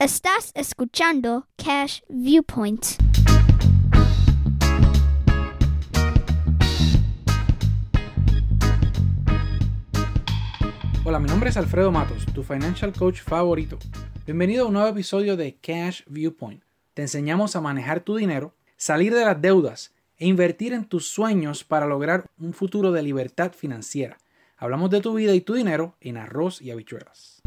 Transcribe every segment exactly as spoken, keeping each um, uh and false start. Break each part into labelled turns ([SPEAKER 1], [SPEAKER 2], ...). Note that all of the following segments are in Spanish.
[SPEAKER 1] Estás escuchando Cash Viewpoint.
[SPEAKER 2] Hola, mi nombre es Alfredo Matos, tu financial coach favorito. Bienvenido a un nuevo episodio de Cash Viewpoint. Te enseñamos a manejar tu dinero, salir de las deudas e invertir en tus sueños para lograr un futuro de libertad financiera. Hablamos de tu vida y tu dinero en arroz y habichuelas.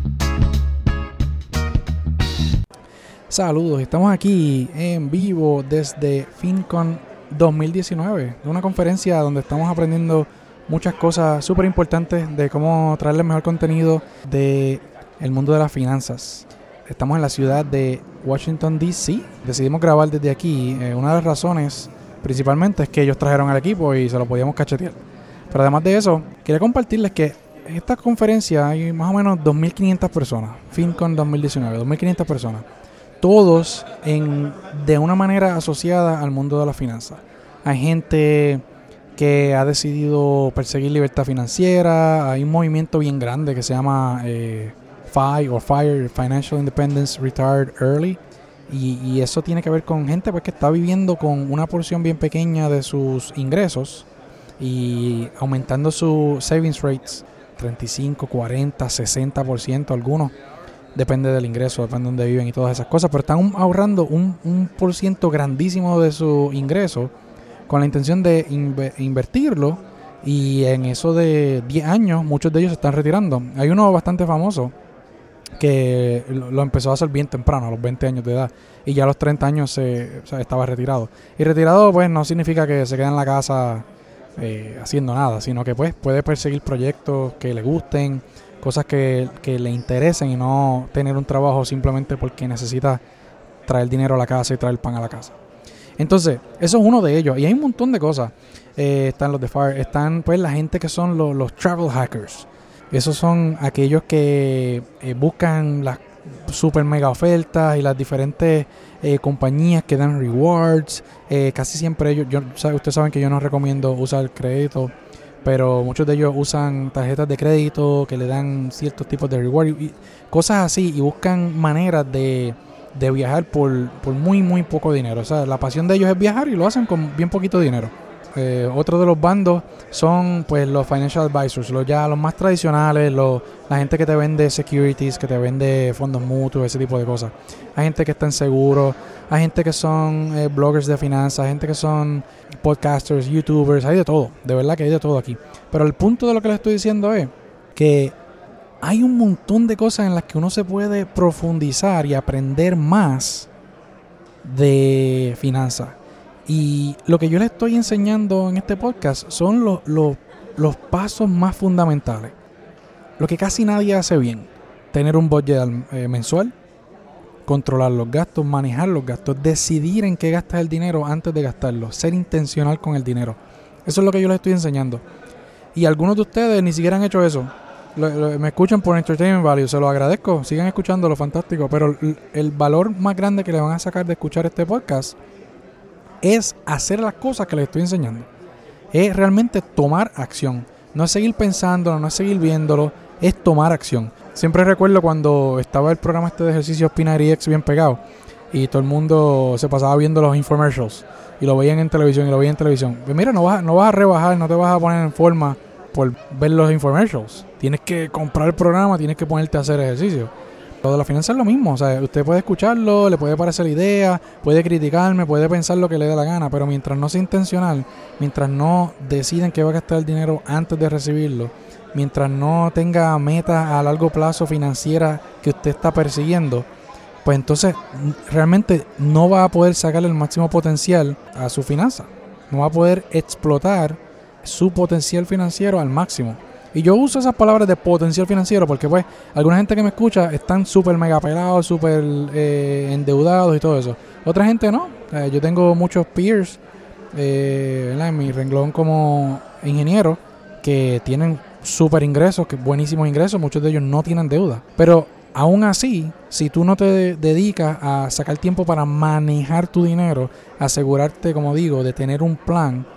[SPEAKER 2] Saludos, estamos aquí en vivo desde FinCon dos mil diecinueve, una conferencia donde estamos aprendiendo muchas cosas súper importantes de cómo traerles mejor contenido del mundo de las finanzas. Estamos en la ciudad de Washington, D C Decidimos grabar desde aquí. Eh, una de las razones principalmente es que ellos trajeron al equipo y se lo podíamos cachetear. Pero además de eso, quería compartirles que en esta conferencia hay más o menos dos mil quinientas personas. FinCon dos mil diecinueve, dos mil quinientas personas. Todos en, de una manera asociada al mundo de las finanzas. Hay gente que ha decidido perseguir libertad financiera. Hay un movimiento bien grande que se llama eh, F I o FIRE, Financial Independence Retired Early. Y, y eso tiene que ver con gente pues, que está viviendo con una porción bien pequeña de sus ingresos y aumentando sus savings rates, treinta y cinco, cuarenta, sesenta por ciento algunos. Depende del ingreso, depende de dónde viven y todas esas cosas. Pero están ahorrando un, un por ciento grandísimo de su ingreso con la intención de inv- invertirlo. Y en eso de diez años, muchos de ellos se están retirando. Hay uno bastante famoso que lo, lo empezó a hacer bien temprano, a los veinte años de edad. Y ya a los treinta años se, o sea, estaba retirado. Y retirado pues no significa que se quede en la casa eh, haciendo nada, sino que pues puede perseguir proyectos que le gusten, cosas que, que le interesen y no tener un trabajo simplemente porque necesita traer dinero a la casa y traer pan a la casa. Entonces, eso es uno de ellos. Y hay un montón de cosas. Eh, están los de FIRE, están pues la gente que son los, los travel hackers. Esos son aquellos que eh, buscan las super mega ofertas y las diferentes eh, compañías que dan rewards. Eh, casi siempre ellos, yo, ustedes saben que yo no recomiendo usar crédito, pero muchos de ellos usan tarjetas de crédito que le dan ciertos tipos de reward y, y cosas así, y buscan maneras de, de viajar por, por muy muy poco dinero. O sea, la pasión de ellos es viajar y lo hacen con bien poquito dinero. Eh, otro de los bandos son pues los financial advisors, los ya los más tradicionales, los, la gente que te vende securities, que te vende fondos mutuos, ese tipo de cosas. Hay gente que está en seguro, hay gente que son eh, bloggers de finanzas, hay gente que son podcasters, youtubers, hay de todo, de verdad que hay de todo aquí. Pero el punto de lo que les estoy diciendo es que hay un montón de cosas en las que uno se puede profundizar y aprender más de finanzas. Y lo que yo les estoy enseñando en este podcast son los, los, los pasos más fundamentales. Lo que casi nadie hace bien. Tener un budget eh, mensual, controlar los gastos, manejar los gastos, decidir en qué gastas el dinero antes de gastarlo, ser intencional con el dinero. Eso es lo que yo les estoy enseñando. Y algunos de ustedes ni siquiera han hecho eso. Lo, lo, me escuchan por Entertainment Value, se los agradezco, sigan escuchándolo, fantástico. Pero el, el valor más grande que le van a sacar de escuchar este podcast es hacer las cosas que les estoy enseñando. Es realmente tomar acción. No es seguir pensándolo, no es seguir viéndolo, es tomar acción. Siempre recuerdo cuando estaba el programa este de ejercicios Pinari X bien pegado y todo el mundo se pasaba viendo los infomercials y lo veían en televisión y lo veían en televisión. Pues mira, no vas, no vas a rebajar, no te vas a poner en forma por ver los infomercials. Tienes que comprar el programa, tienes que ponerte a hacer ejercicio. Lo de la finanza es lo mismo, o sea, usted puede escucharlo, le puede parecer la idea, puede criticarme, puede pensar lo que le dé la gana, pero mientras no sea intencional, mientras no deciden que va a gastar el dinero antes de recibirlo, mientras no tenga metas a largo plazo financieras que usted está persiguiendo, pues entonces realmente no va a poder sacarle el máximo potencial a su finanza, no va a poder explotar su potencial financiero al máximo. Y yo uso esas palabras de potencial financiero porque pues alguna gente que me escucha están súper mega pelados, súper eh, endeudados y todo eso. Otra gente no. Eh, yo tengo muchos peers eh, en mi renglón como ingeniero que tienen súper ingresos, que buenísimos ingresos. Muchos de ellos no tienen deuda. Pero aún así, si tú no te de- dedicas a sacar tiempo para manejar tu dinero, asegurarte, como digo, de tener un plan,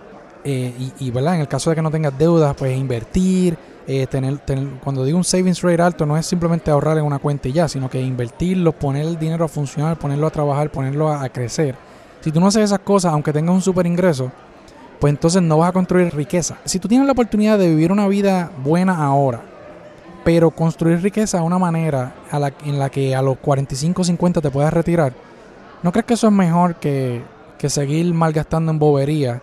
[SPEAKER 2] eh, y, y ¿verdad? En el caso de que no tengas deudas, pues invertir, eh, tener, tener, cuando digo un savings rate alto, no es simplemente ahorrar en una cuenta y ya, sino que invertirlo, poner el dinero a funcionar, ponerlo a trabajar, ponerlo a, a crecer. Si tú no haces esas cosas, aunque tengas un super ingreso, pues entonces no vas a construir riqueza. Si tú tienes la oportunidad de vivir una vida buena ahora, pero construir riqueza de una manera a la, en la que a los cuarenta y cinco, cincuenta te puedas retirar, ¿no crees que eso es mejor que, que seguir malgastando en bobería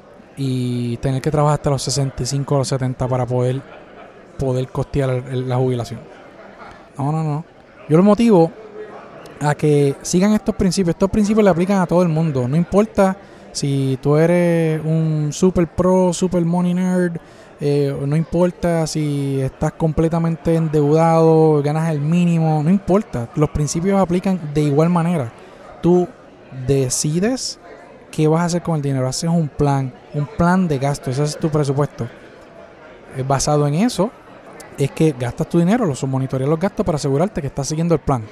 [SPEAKER 2] y tener que trabajar hasta los sesenta y cinco o los setenta para poder, poder costear el, el, la jubilación? No, no, no. Yo los motivo a que sigan estos principios. Estos principios le aplican a todo el mundo. No importa si tú eres un super pro, super money nerd, eh, no importa si estás completamente endeudado, ganas el mínimo, no importa. Los principios aplican de igual manera. Tú decides qué vas a hacer con el dinero. Haces un plan, un plan de gasto. Ese es tu presupuesto. Eh, basado en eso, es que gastas tu dinero, los monitoreas los gastos para asegurarte que estás siguiendo el plan.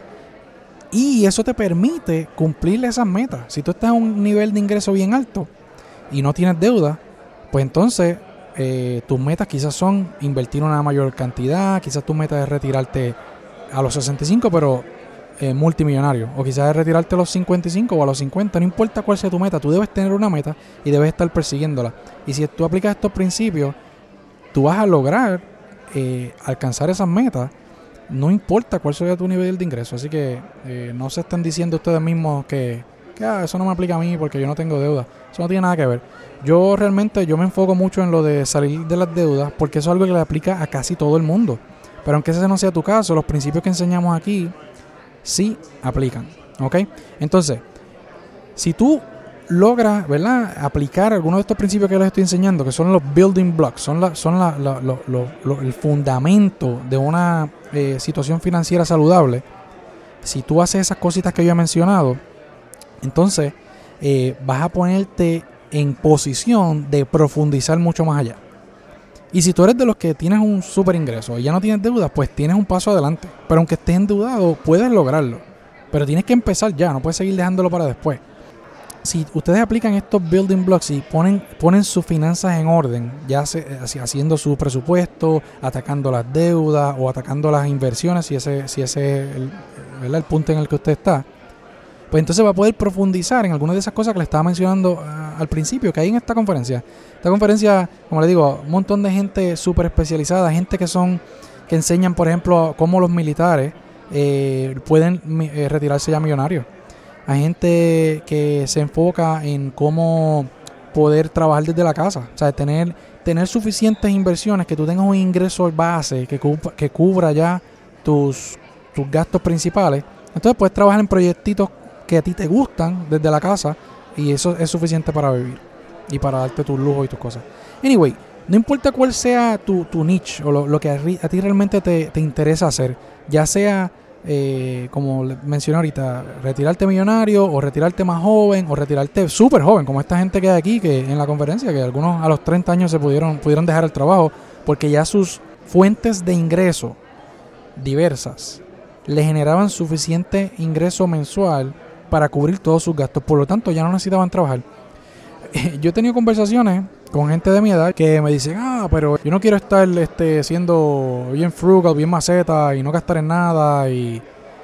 [SPEAKER 2] Y eso te permite cumplir esas metas. Si tú estás a un nivel de ingreso bien alto y no tienes deuda, pues entonces eh, tus metas quizás son invertir una mayor cantidad, quizás tu meta es retirarte a los sesenta y cinco, pero eh, multimillonario, o quizás es retirarte a los cincuenta y cinco o a los cincuenta, no importa cuál sea tu meta, tú debes tener una meta y debes estar persiguiéndola. Y si tú aplicas estos principios, tú vas a lograr eh, alcanzar esas metas, no importa cuál sea tu nivel de ingreso. Así que eh, no se estén diciendo ustedes mismos que, que ah, eso no me aplica a mí porque yo no tengo deuda. Eso no tiene nada que ver. Yo realmente yo me enfoco mucho en lo de salir de las deudas porque eso es algo que le aplica a casi todo el mundo. Pero aunque ese no sea tu caso, los principios que enseñamos aquí sí aplican. ¿Ok? Entonces, si tú logras, ¿verdad?, aplicar algunos de estos principios que les estoy enseñando, que son los building blocks, son, la, son la, la, lo, lo, lo, el fundamento de una eh, situación financiera saludable. Si tú haces esas cositas que yo he mencionado, entonces eh, vas a ponerte en posición de profundizar mucho más allá. Y si tú eres de los que tienes un super ingreso y ya no tienes deudas, pues tienes un paso adelante. Pero aunque estés endeudado, puedes lograrlo. Pero tienes que empezar ya, no puedes seguir dejándolo para después. Si ustedes aplican estos building blocks y ponen, ponen sus finanzas en orden, ya se, haciendo su presupuesto, atacando las deudas o atacando las inversiones, si ese, si ese es el, ¿verdad?, el punto en el que usted está, pues entonces va a poder profundizar en algunas de esas cosas que le estaba mencionando uh, al principio, que hay en esta conferencia. Esta conferencia, como le digo, un montón de gente súper especializada, gente que son que enseñan, por ejemplo, cómo los militares eh, pueden eh, retirarse ya millonarios. Hay gente que se enfoca en cómo poder trabajar desde la casa. O sea, tener, tener suficientes inversiones, que tú tengas un ingreso base que, cub- que cubra ya tus, tus gastos principales. Entonces puedes trabajar en proyectitos que a ti te gustan desde la casa y eso es suficiente para vivir y para darte tus lujos y tus cosas. Anyway, no importa cuál sea tu, tu niche o lo, lo que a, a ti realmente te, te interesa hacer, ya sea... Eh, como mencioné ahorita, retirarte millonario o retirarte más joven o retirarte súper joven, como esta gente que hay aquí que en la conferencia, que algunos a los treinta años se pudieron, pudieron dejar el trabajo porque ya sus fuentes de ingreso diversas le generaban suficiente ingreso mensual para cubrir todos sus gastos, por lo tanto ya no necesitaban trabajar. Yo he tenido conversaciones con gente de mi edad que me dicen, ah, pero yo no quiero estar este, siendo bien frugal, bien maceta y no gastar en nada y,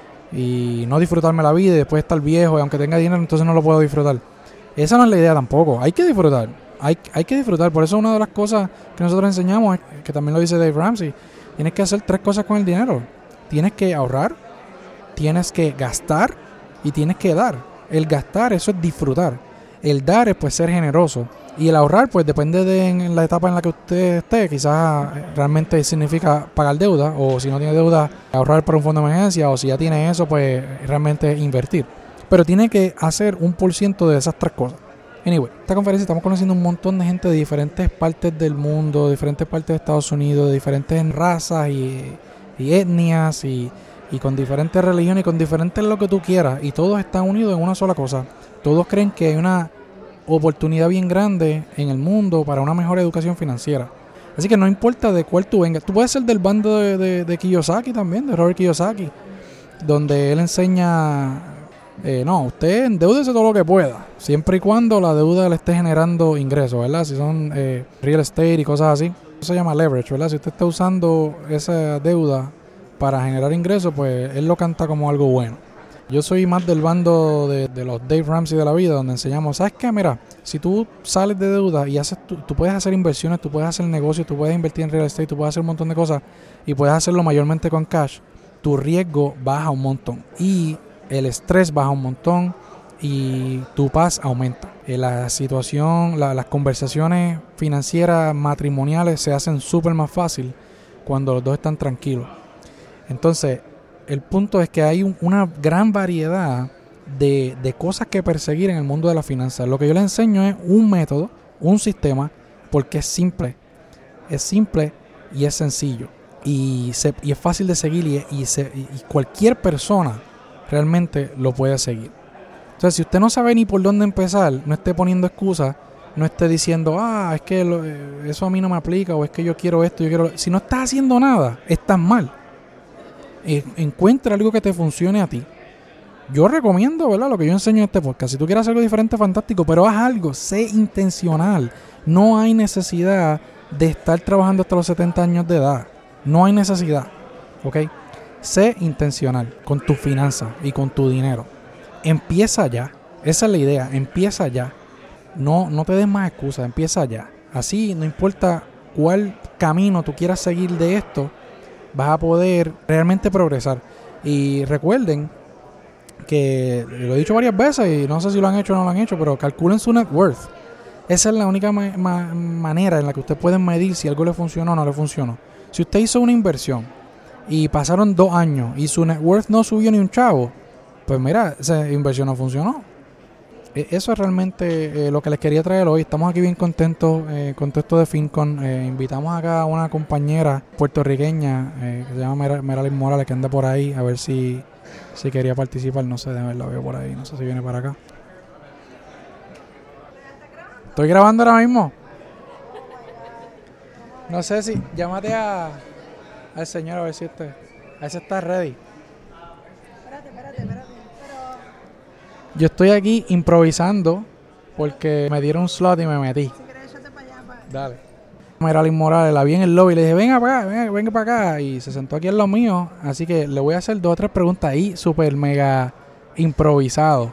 [SPEAKER 2] y no disfrutarme la vida y después estar viejo y aunque tenga dinero entonces no lo puedo disfrutar. Esa no es la idea tampoco. Hay que disfrutar. Hay, hay que disfrutar. Por eso una de las cosas que nosotros enseñamos, que también lo dice Dave Ramsey, tienes que hacer tres cosas con el dinero. Tienes que ahorrar, tienes que gastar y tienes que dar. El gastar, eso es disfrutar. El dar es pues ser generoso. Y el ahorrar, pues depende de en la etapa en la que usted esté. Quizás realmente significa pagar deuda, o si no tiene deuda, ahorrar para un fondo de emergencia, o si ya tiene eso, pues realmente invertir. Pero tiene que hacer un por ciento de esas tres cosas. Anyway, esta conferencia estamos conociendo un montón de gente de diferentes partes del mundo, de diferentes partes de Estados Unidos, de diferentes razas y, y etnias, y, y con diferentes religiones, y con diferentes lo que tú quieras. Y todos están unidos en una sola cosa. Todos creen que hay una oportunidad bien grande en el mundo para una mejor educación financiera. Así que no importa de cuál tú vengas. Tú puedes ser del bando de, de, de Kiyosaki también, de Robert Kiyosaki, donde él enseña Eh, no, usted endeúdese todo lo que pueda, siempre y cuando la deuda le esté generando ingresos, ¿verdad? Si son eh, real estate y cosas así, eso se llama leverage, ¿verdad? Si usted está usando esa deuda para generar ingresos, pues él lo canta como algo bueno. Yo soy más del bando de, de los Dave Ramsey de la vida, donde enseñamos, ¿sabes qué? Mira, si tú sales de deuda y haces, tú, tú puedes hacer inversiones, tú puedes hacer negocios, tú puedes invertir en real estate, tú puedes hacer un montón de cosas y puedes hacerlo mayormente con cash, tu riesgo baja un montón y el estrés baja un montón y tu paz aumenta. Eh, la situación, la, las conversaciones financieras matrimoniales se hacen súper más fácil cuando los dos están tranquilos. Entonces, el punto es que hay un, una gran variedad de, de cosas que perseguir en el mundo de las finanzas. Lo que yo les enseño es un método, un sistema, porque es simple. Es simple y es sencillo. Y, se, y es fácil de seguir y, y, se, y cualquier persona realmente lo puede seguir. Entonces, si usted no sabe ni por dónde empezar, no esté poniendo excusas, no esté diciendo, ah, es que lo, eso a mí no me aplica, o es que yo quiero esto, yo quiero... Si no estás haciendo nada, estás mal. Encuentra algo que te funcione a ti. Yo recomiendo, ¿verdad?, lo que yo enseño en este podcast. Si tú quieres hacer algo diferente, fantástico, pero haz algo, sé intencional. No hay necesidad de estar trabajando hasta los setenta años de edad. No hay necesidad, ¿ok? Sé intencional con tus finanzas y con tu dinero. Empieza ya. Esa es la idea, empieza ya. No, no te des más excusas, empieza ya. Así, no importa cuál camino tú quieras seguir de esto, vas a poder realmente progresar. Y recuerden que, lo he dicho varias veces y no sé si lo han hecho o no lo han hecho, pero calculen su net worth. Esa es la única ma- ma- manera en la que ustedes pueden medir si algo le funcionó o no le funcionó. Si usted hizo una inversión y pasaron dos años y su net worth no subió ni un chavo, pues mira, esa inversión no funcionó. Eso es realmente eh, lo que les quería traer hoy. Estamos aquí bien contentos eh, con todo esto de FinCon. Eh, invitamos acá a una compañera puertorriqueña eh, que se llama Mer- Meralyn Morales, que anda por ahí, a ver si, si quería participar. No sé, de ver, la veo por ahí. No sé si viene para acá. Estoy grabando ahora mismo. No sé si... Llámate a, al señor a ver si este, a ver si está ready.
[SPEAKER 3] Espérate, espérate, espérate.
[SPEAKER 2] Yo estoy aquí improvisando porque me dieron un slot y me metí.
[SPEAKER 3] Si quieres, échate para allá. Para...
[SPEAKER 2] Dale. Meralyn Morales, la vi en el lobby y le dije, venga para acá, venga, venga para acá. Y se sentó aquí en lo mío. Así que le voy a hacer dos o tres preguntas ahí, súper mega improvisado.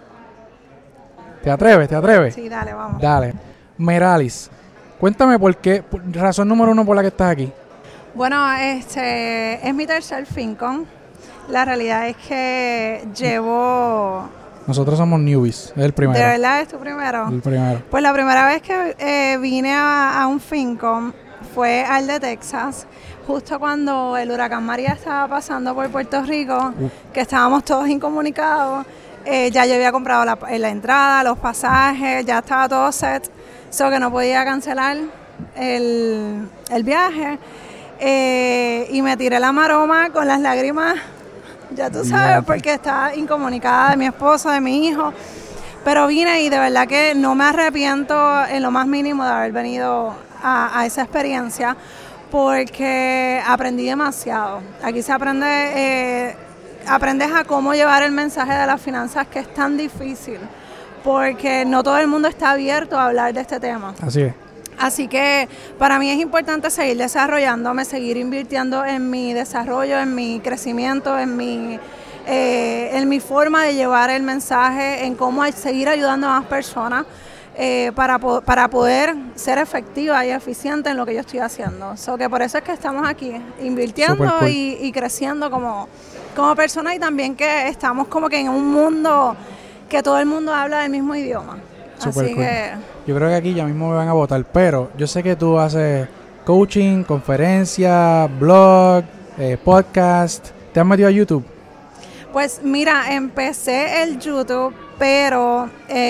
[SPEAKER 2] ¿Te atreves? ¿Te atreves?
[SPEAKER 3] Sí, dale, vamos.
[SPEAKER 2] Dale. Meralis, cuéntame por qué, por- razón número uno por la que estás aquí.
[SPEAKER 3] Bueno, este es mi tercer FinCon. La realidad es que llevo...
[SPEAKER 2] Nosotros somos newbies, es el primero.
[SPEAKER 3] ¿De verdad es tu primero?
[SPEAKER 2] El primero.
[SPEAKER 3] Pues la primera vez que eh, vine a, a un FinCon fue al de Texas, justo cuando el huracán María estaba pasando por Puerto Rico,
[SPEAKER 2] Uh.
[SPEAKER 3] que estábamos todos incomunicados. Eh, ya yo había comprado la, la entrada, los pasajes, ya estaba todo set, so que no podía cancelar el, el viaje. Eh, y me tiré la maroma con las lágrimas, ya tú sabes,
[SPEAKER 2] Ya.
[SPEAKER 3] porque estaba incomunicada de mi esposo, de mi hijo. Pero vine y de verdad que no me arrepiento en lo más mínimo de haber venido a, a esa experiencia, porque aprendí demasiado. Aquí se aprende, eh, aprendes a cómo llevar el mensaje de las finanzas, que es tan difícil, porque no todo el mundo está abierto a hablar de este tema.
[SPEAKER 2] Así es.
[SPEAKER 3] Así que para mí es importante seguir desarrollándome, seguir invirtiendo en mi desarrollo, en mi crecimiento, en mi, eh, en mi forma de llevar el mensaje, en cómo seguir ayudando a más personas eh, para, po- para poder ser efectiva y eficiente en lo que yo estoy haciendo. So que por eso es que estamos aquí, invirtiendo
[SPEAKER 2] Super cool.
[SPEAKER 3] y, y creciendo como, como personas, y también que estamos como que en un mundo que todo el mundo habla del mismo idioma.
[SPEAKER 2] Super
[SPEAKER 3] Así
[SPEAKER 2] cool.
[SPEAKER 3] que...
[SPEAKER 2] Yo creo que aquí ya mismo me van a votar, pero yo sé que tú haces coaching, conferencia, blog, eh, podcast. ¿Te has metido a YouTube?
[SPEAKER 3] Pues mira, empecé el YouTube, pero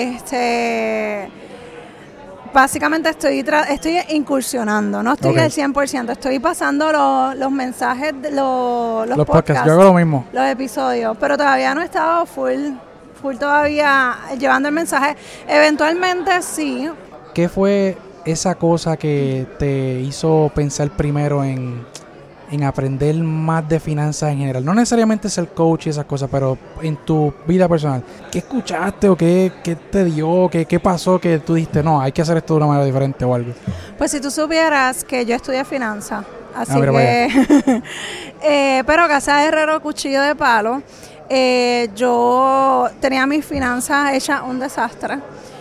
[SPEAKER 3] este básicamente estoy tra- estoy incursionando, no estoy
[SPEAKER 2] Ok.
[SPEAKER 3] al cien por ciento, estoy pasando los, los mensajes, de los, los,
[SPEAKER 2] Los
[SPEAKER 3] podcasts,
[SPEAKER 2] podcasts. Yo hago lo mismo.
[SPEAKER 3] los episodios, pero todavía no he estado full, full todavía llevando el mensaje. Eventualmente sí.
[SPEAKER 2] ¿Qué fue esa cosa que te hizo pensar primero en, en aprender más de finanzas en general? No necesariamente ser coach y esas cosas, pero en tu vida personal. ¿Qué escuchaste o qué, qué te dio? Qué, ¿Qué pasó que tú dijiste, no, hay que hacer esto de una manera diferente o algo?
[SPEAKER 3] Pues si tú supieras que yo estudié finanzas, así
[SPEAKER 2] Ah, mira,
[SPEAKER 3] que... eh, pero casa de herrero, cuchillo de palo. Eh, yo tenía mis finanzas hechas un desastre.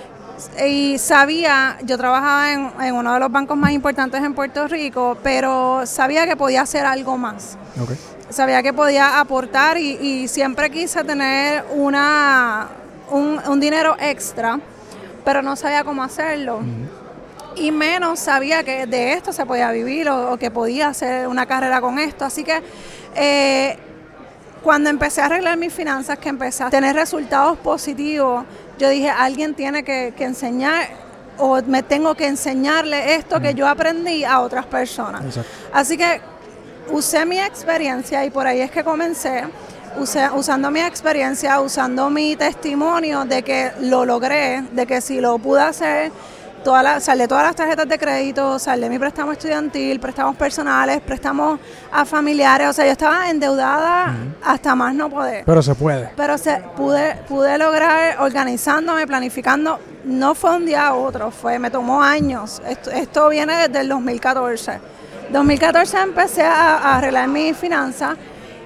[SPEAKER 3] Y sabía, yo trabajaba en, en uno de los bancos más importantes en Puerto Rico, pero sabía que podía hacer algo más.
[SPEAKER 2] Okay.
[SPEAKER 3] Sabía que podía aportar y, y siempre quise tener una un, un dinero extra, pero no sabía cómo hacerlo. Uh-huh. Y menos sabía que de esto se podía vivir o, o que podía hacer una carrera con esto. Así que eh, cuando empecé a arreglar mis finanzas, que empecé a tener resultados positivos, yo dije, alguien tiene que, que enseñar o me tengo que enseñarle esto que yo aprendí a otras personas. Exacto. Así que usé mi experiencia y por ahí es que comencé, usé, usando mi experiencia, usando mi testimonio de que lo logré, de que si lo pude hacer, toda la, saldé todas las tarjetas de crédito, saldé mi préstamo estudiantil, préstamos personales, préstamos a familiares, o sea, yo estaba endeudada uh-huh. hasta más no poder.
[SPEAKER 2] Pero se puede.
[SPEAKER 3] Pero se pude pude lograr organizándome, planificando, no fue un día a otro, fue me tomó años. Esto, esto viene desde el dos mil catorce. dos mil catorce empecé a, a arreglar mis finanzas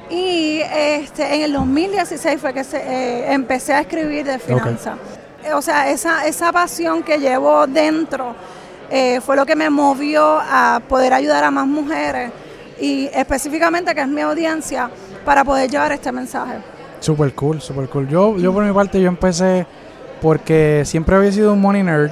[SPEAKER 3] y este en el dos mil dieciséis fue que se, eh, empecé a escribir de finanzas. Okay. O sea, esa, esa pasión que llevo dentro eh, fue lo que me movió a poder ayudar a más mujeres y específicamente, que es mi audiencia, para poder llevar este mensaje.
[SPEAKER 2] Súper cool, súper cool. Yo, yo por mi parte, yo empecé porque siempre había sido un money nerd,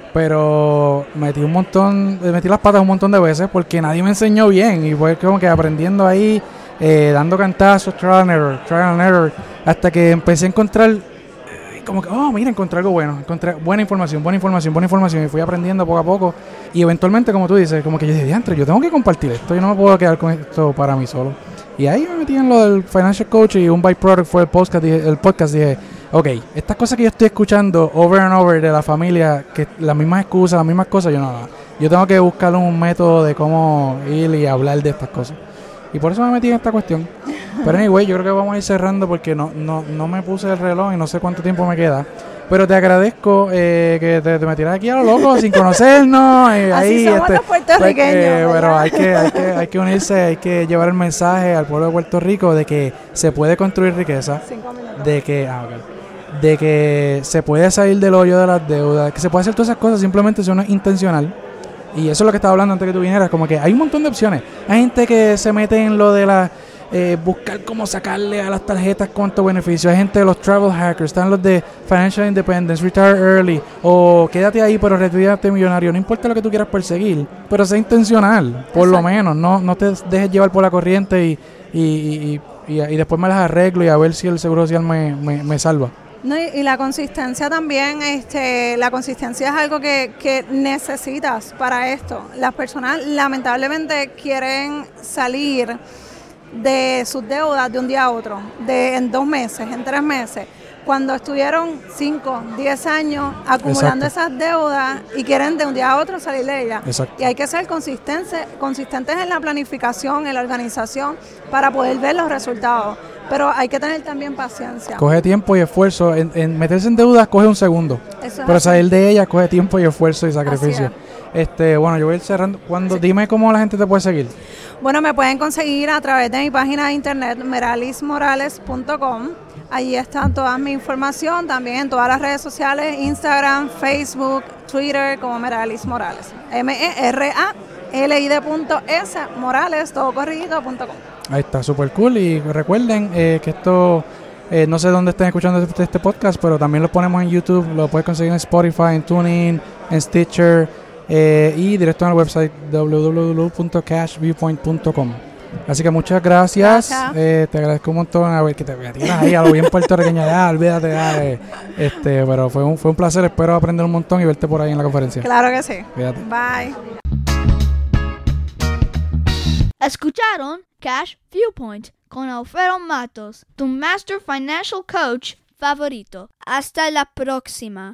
[SPEAKER 2] pero metí un montón, metí las patas un montón de veces porque nadie me enseñó bien y fue como que aprendiendo ahí, eh, dando cantazos, trial and error, trial and error, hasta que empecé a encontrar como que, oh, mira, encontré algo bueno, encontré buena información, buena información, buena información, y fui aprendiendo poco a poco, y eventualmente, como tú dices, como que yo dije, diantre, yo tengo que compartir esto, yo no me puedo quedar con esto para mí solo, y ahí me metí en lo del financial coach, y un byproduct fue el podcast, dije, el podcast, dije, ok, estas cosas que yo estoy escuchando over and over de la familia, que las mismas excusas, las mismas cosas, yo no, no, yo tengo que buscar un método de cómo ir y hablar de estas cosas, y por eso me metí en esta cuestión. Pero anyway, yo creo que vamos a ir cerrando porque no no no me puse el reloj y no sé cuánto tiempo me queda. Pero te agradezco eh, que te, te metieras aquí a lo loco sin conocernos. Eh,
[SPEAKER 3] Así
[SPEAKER 2] ahí,
[SPEAKER 3] somos
[SPEAKER 2] este,
[SPEAKER 3] los puertorriqueños.
[SPEAKER 2] Eh, pero hay que, hay, que, hay que unirse, hay que llevar el mensaje al pueblo de Puerto Rico de que se puede construir riqueza.
[SPEAKER 3] Cinco minutos.
[SPEAKER 2] De que, ah, okay, de que se puede salir del hoyo de las deudas, que se puede hacer todas esas cosas simplemente si uno es intencional. Y eso es lo que estaba hablando antes que tú vinieras, como que hay un montón de opciones. Hay gente que se mete en lo de la eh, buscar cómo sacarle a las tarjetas cuánto beneficio. Hay gente de los travel hackers, están los de Financial Independence, Retire Early, o quédate ahí pero retírate millonario. No importa lo que tú quieras perseguir, pero sea intencional, por Exacto. lo menos. No, no te dejes llevar por la corriente y, y, y, y, y después me las arreglo y a ver si el Seguro Social me, me, me salva.
[SPEAKER 3] No, y, y la consistencia también, este, la consistencia es algo que, que necesitas para esto. Las personas lamentablemente quieren salir de sus deudas de un día a otro, de en dos meses, en tres meses, cuando estuvieron cinco, diez años acumulando Exacto. esas deudas y quieren de un día a otro salir de ellas. Exacto. Y hay que ser consistentes, consistentes en la planificación, en la organización, para poder ver los resultados. Pero hay que tener también paciencia.
[SPEAKER 2] Coge tiempo y esfuerzo. En, en meterse en deudas coge un segundo. Eso es pero así. Salir de ellas coge tiempo y esfuerzo y sacrificio. Este, bueno, yo voy a ir cerrando. Cuando, sí. Dime cómo la gente te puede seguir.
[SPEAKER 3] Bueno, me pueden conseguir a través de mi página de internet, meralis morales punto com. Allí está toda mi información, también en todas las redes sociales, Instagram, Facebook, Twitter, como Meralis Morales. M E R A L I D punto S, Morales, todo corrido, punto com.
[SPEAKER 2] Ahí está, súper cool. Y recuerden eh, que esto, eh, no sé dónde estén escuchando este, este podcast, pero también lo ponemos en YouTube, lo puedes conseguir en Spotify, en TuneIn, en Stitcher, eh, y directo en el website doble u doble u doble u punto cash viewpoint punto com. Así que muchas gracias, gracias. Eh, te agradezco un montón. A ver, que te tiras ahí a lo bien puertorriqueño, ya, olvídate, ya, eh, este, pero fue un, fue un placer, espero aprender un montón y verte por ahí en la conferencia.
[SPEAKER 3] Claro que sí.
[SPEAKER 2] Cuídate.
[SPEAKER 3] Bye.
[SPEAKER 1] Escucharon Cash Viewpoint con Alfredo Matos, tu Master Financial Coach favorito. Hasta la próxima.